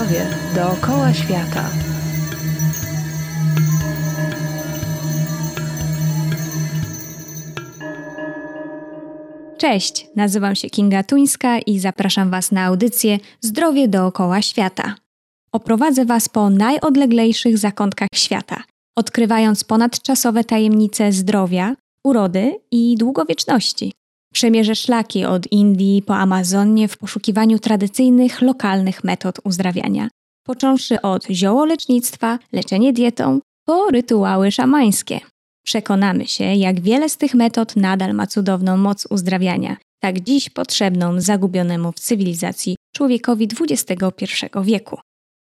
Zdrowie dookoła świata. Cześć, nazywam się Kinga Tuńska i zapraszam Was na audycję Zdrowie dookoła świata. Oprowadzę Was po najodleglejszych zakątkach świata, odkrywając ponadczasowe tajemnice zdrowia, urody i długowieczności. Przemierzę szlaki od Indii po Amazonię w poszukiwaniu tradycyjnych, lokalnych metod uzdrawiania, począwszy od ziołolecznictwa, leczenie dietą, po rytuały szamańskie. Przekonamy się, jak wiele z tych metod nadal ma cudowną moc uzdrawiania, tak dziś potrzebną zagubionemu w cywilizacji człowiekowi XXI wieku.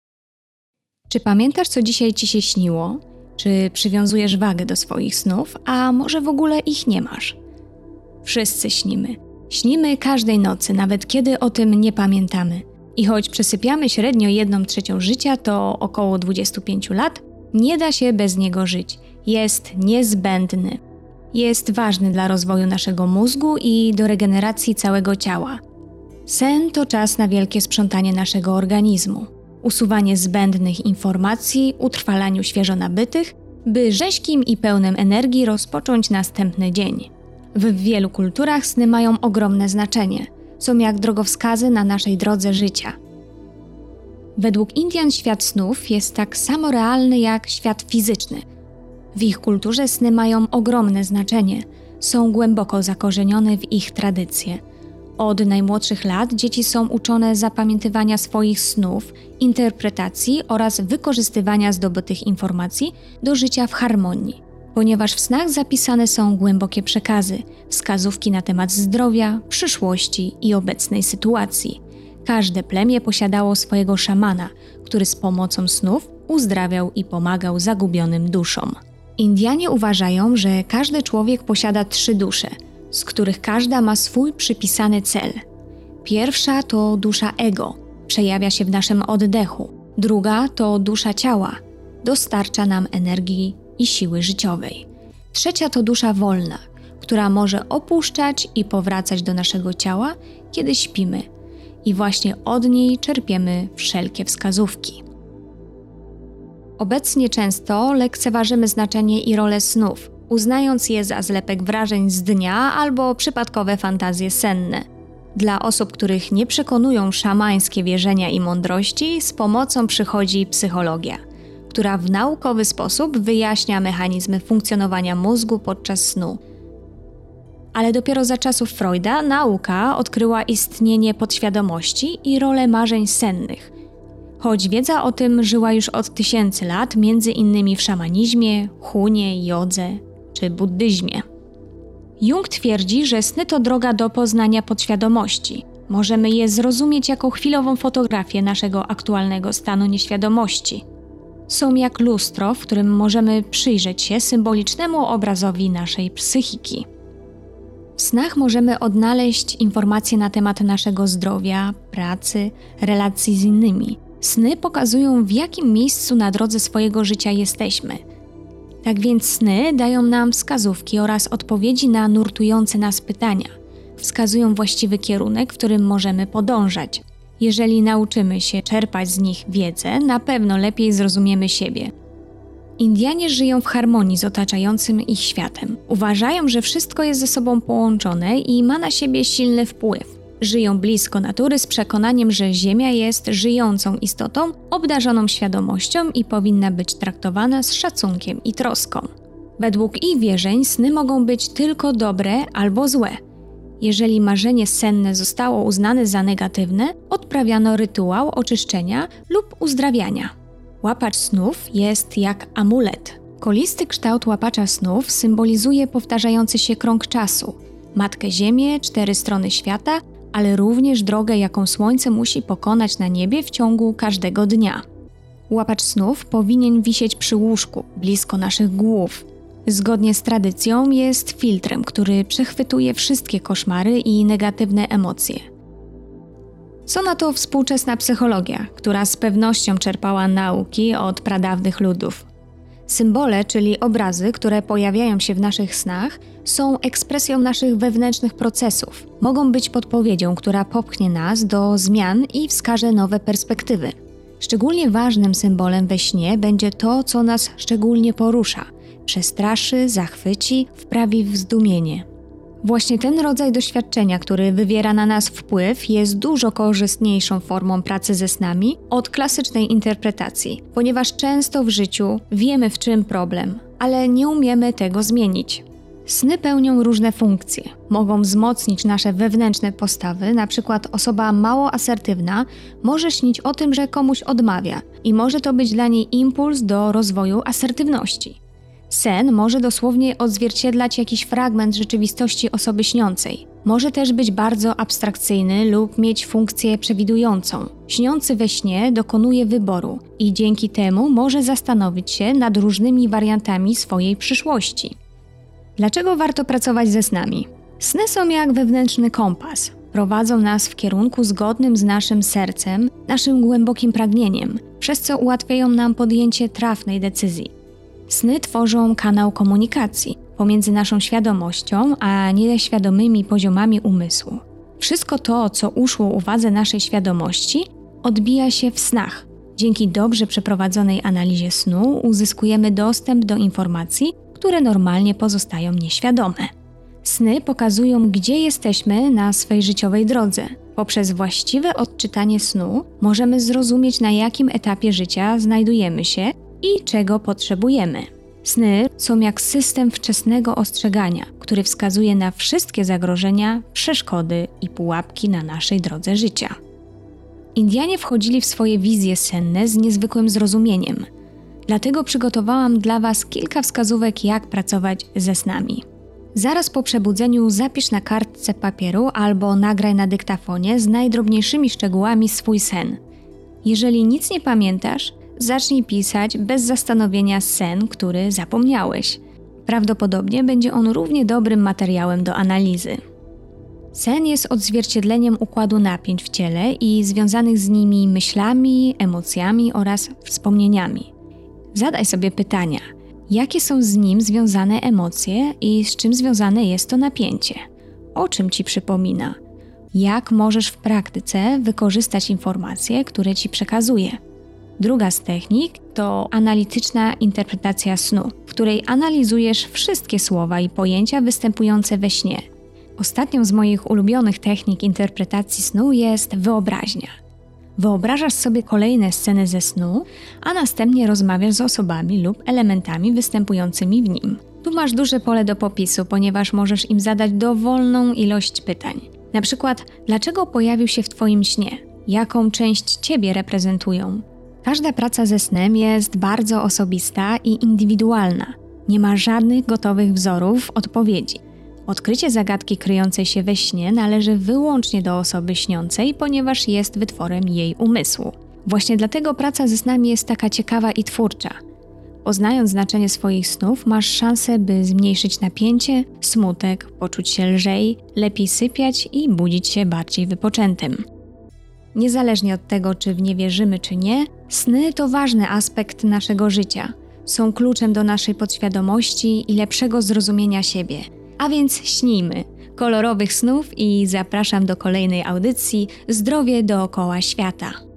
Czy pamiętasz, co dzisiaj Ci się śniło? Czy przywiązujesz wagę do swoich snów, a może w ogóle ich nie masz? Wszyscy śnimy. Śnimy każdej nocy, nawet kiedy o tym nie pamiętamy. I choć przesypiamy średnio 1/3 życia, to około 25 lat, nie da się bez niego żyć. Jest niezbędny. Jest ważny dla rozwoju naszego mózgu i do regeneracji całego ciała. Sen to czas na wielkie sprzątanie naszego organizmu, usuwanie zbędnych informacji, utrwalaniu świeżo nabytych, by rześkim i pełnym energii rozpocząć następny dzień. W wielu kulturach sny mają ogromne znaczenie. Są jak drogowskazy na naszej drodze życia. Według Indian świat snów jest tak samo realny jak świat fizyczny. W ich kulturze sny mają ogromne znaczenie. Są głęboko zakorzenione w ich tradycje. Od najmłodszych lat dzieci są uczone zapamiętywania swoich snów, interpretacji oraz wykorzystywania zdobytych informacji do życia w harmonii. Ponieważ w snach zapisane są głębokie przekazy, wskazówki na temat zdrowia, przyszłości i obecnej sytuacji. Każde plemię posiadało swojego szamana, który z pomocą snów uzdrawiał i pomagał zagubionym duszom. Indianie uważają, że każdy człowiek posiada 3 dusze, z których każda ma swój przypisany cel. Pierwsza to dusza ego, przejawia się w naszym oddechu. Druga to dusza ciała, dostarcza nam energii i siły życiowej. Trzecia to dusza wolna, która może opuszczać i powracać do naszego ciała, kiedy śpimy. I właśnie od niej czerpiemy wszelkie wskazówki. Obecnie często lekceważymy znaczenie i rolę snów, uznając je za zlepek wrażeń z dnia albo przypadkowe fantazje senne. Dla osób, których nie przekonują szamańskie wierzenia i mądrości, z pomocą przychodzi psychologia, która w naukowy sposób wyjaśnia mechanizmy funkcjonowania mózgu podczas snu. Ale dopiero za czasów Freuda nauka odkryła istnienie podświadomości i rolę marzeń sennych. Choć wiedza o tym żyła już od tysięcy lat, między innymi w szamanizmie, hunie, jodze czy buddyzmie. Jung twierdzi, że sny to droga do poznania podświadomości. Możemy je zrozumieć jako chwilową fotografię naszego aktualnego stanu nieświadomości. Są jak lustro, w którym możemy przyjrzeć się symbolicznemu obrazowi naszej psychiki. W snach możemy odnaleźć informacje na temat naszego zdrowia, pracy, relacji z innymi. Sny pokazują, w jakim miejscu na drodze swojego życia jesteśmy. Tak więc sny dają nam wskazówki oraz odpowiedzi na nurtujące nas pytania. Wskazują właściwy kierunek, w którym możemy podążać. Jeżeli nauczymy się czerpać z nich wiedzę, na pewno lepiej zrozumiemy siebie. Indianie żyją w harmonii z otaczającym ich światem. Uważają, że wszystko jest ze sobą połączone i ma na siebie silny wpływ. Żyją blisko natury z przekonaniem, że Ziemia jest żyjącą istotą, obdarzoną świadomością i powinna być traktowana z szacunkiem i troską. Według ich wierzeń sny mogą być tylko dobre albo złe. Jeżeli marzenie senne zostało uznane za negatywne, odprawiano rytuał oczyszczenia lub uzdrawiania. Łapacz snów jest jak amulet. Kolisty kształt łapacza snów symbolizuje powtarzający się krąg czasu, Matkę Ziemię, 4 strony świata, ale również drogę, jaką Słońce musi pokonać na niebie w ciągu każdego dnia. Łapacz snów powinien wisieć przy łóżku, blisko naszych głów. Zgodnie z tradycją jest filtrem, który przechwytuje wszystkie koszmary i negatywne emocje. Co na to współczesna psychologia, która z pewnością czerpała nauki od pradawnych ludów. Symbole, czyli obrazy, które pojawiają się w naszych snach, są ekspresją naszych wewnętrznych procesów. Mogą być podpowiedzią, która popchnie nas do zmian i wskaże nowe perspektywy. Szczególnie ważnym symbolem we śnie będzie to, co nas szczególnie porusza, przestraszy, zachwyci, wprawi w zdumienie. Właśnie ten rodzaj doświadczenia, który wywiera na nas wpływ, jest dużo korzystniejszą formą pracy ze snami od klasycznej interpretacji, ponieważ często w życiu wiemy, w czym problem, ale nie umiemy tego zmienić. Sny pełnią różne funkcje. Mogą wzmocnić nasze wewnętrzne postawy, np. osoba mało asertywna może śnić o tym, że komuś odmawia i może to być dla niej impuls do rozwoju asertywności. Sen może dosłownie odzwierciedlać jakiś fragment rzeczywistości osoby śniącej. Może też być bardzo abstrakcyjny lub mieć funkcję przewidującą. Śniący we śnie dokonuje wyboru i dzięki temu może zastanowić się nad różnymi wariantami swojej przyszłości. Dlaczego warto pracować ze snami? Sny są jak wewnętrzny kompas. Prowadzą nas w kierunku zgodnym z naszym sercem, naszym głębokim pragnieniem, przez co ułatwiają nam podjęcie trafnej decyzji. Sny tworzą kanał komunikacji pomiędzy naszą świadomością a nieświadomymi poziomami umysłu. Wszystko to, co uszło uwadze naszej świadomości, odbija się w snach. Dzięki dobrze przeprowadzonej analizie snu uzyskujemy dostęp do informacji, które normalnie pozostają nieświadome. Sny pokazują, gdzie jesteśmy na swej życiowej drodze. Poprzez właściwe odczytanie snu możemy zrozumieć, na jakim etapie życia znajdujemy się i czego potrzebujemy. Sny są jak system wczesnego ostrzegania, który wskazuje na wszystkie zagrożenia, przeszkody i pułapki na naszej drodze życia. Indianie wchodzili w swoje wizje senne z niezwykłym zrozumieniem. Dlatego przygotowałam dla Was kilka wskazówek, jak pracować ze snami. Zaraz po przebudzeniu zapisz na kartce papieru albo nagraj na dyktafonie z najdrobniejszymi szczegółami swój sen. Jeżeli nic nie pamiętasz, zacznij pisać bez zastanowienia sen, który zapomniałeś. Prawdopodobnie będzie on równie dobrym materiałem do analizy. Sen jest odzwierciedleniem układu napięć w ciele i związanych z nimi myślami, emocjami oraz wspomnieniami. Zadaj sobie pytania, jakie są z nim związane emocje i z czym związane jest to napięcie? O czym Ci przypomina? Jak możesz w praktyce wykorzystać informacje, które Ci przekazuje? Druga z technik to analityczna interpretacja snu, w której analizujesz wszystkie słowa i pojęcia występujące we śnie. Ostatnią z moich ulubionych technik interpretacji snu jest wyobraźnia. Wyobrażasz sobie kolejne sceny ze snu, a następnie rozmawiasz z osobami lub elementami występującymi w nim. Tu masz duże pole do popisu, ponieważ możesz im zadać dowolną ilość pytań. Na przykład, dlaczego pojawił się w Twoim śnie? Jaką część Ciebie reprezentują? Każda praca ze snem jest bardzo osobista i indywidualna. Nie ma żadnych gotowych wzorów odpowiedzi. Odkrycie zagadki kryjącej się we śnie należy wyłącznie do osoby śniącej, ponieważ jest wytworem jej umysłu. Właśnie dlatego praca ze snami jest taka ciekawa i twórcza. Poznając znaczenie swoich snów, masz szansę, by zmniejszyć napięcie, smutek, poczuć się lżej, lepiej sypiać i budzić się bardziej wypoczętym. Niezależnie od tego, czy w nie wierzymy, czy nie, sny to ważny aspekt naszego życia. Są kluczem do naszej podświadomości i lepszego zrozumienia siebie. A więc śnijmy kolorowych snów i zapraszam do kolejnej audycji Zdrowie dookoła świata.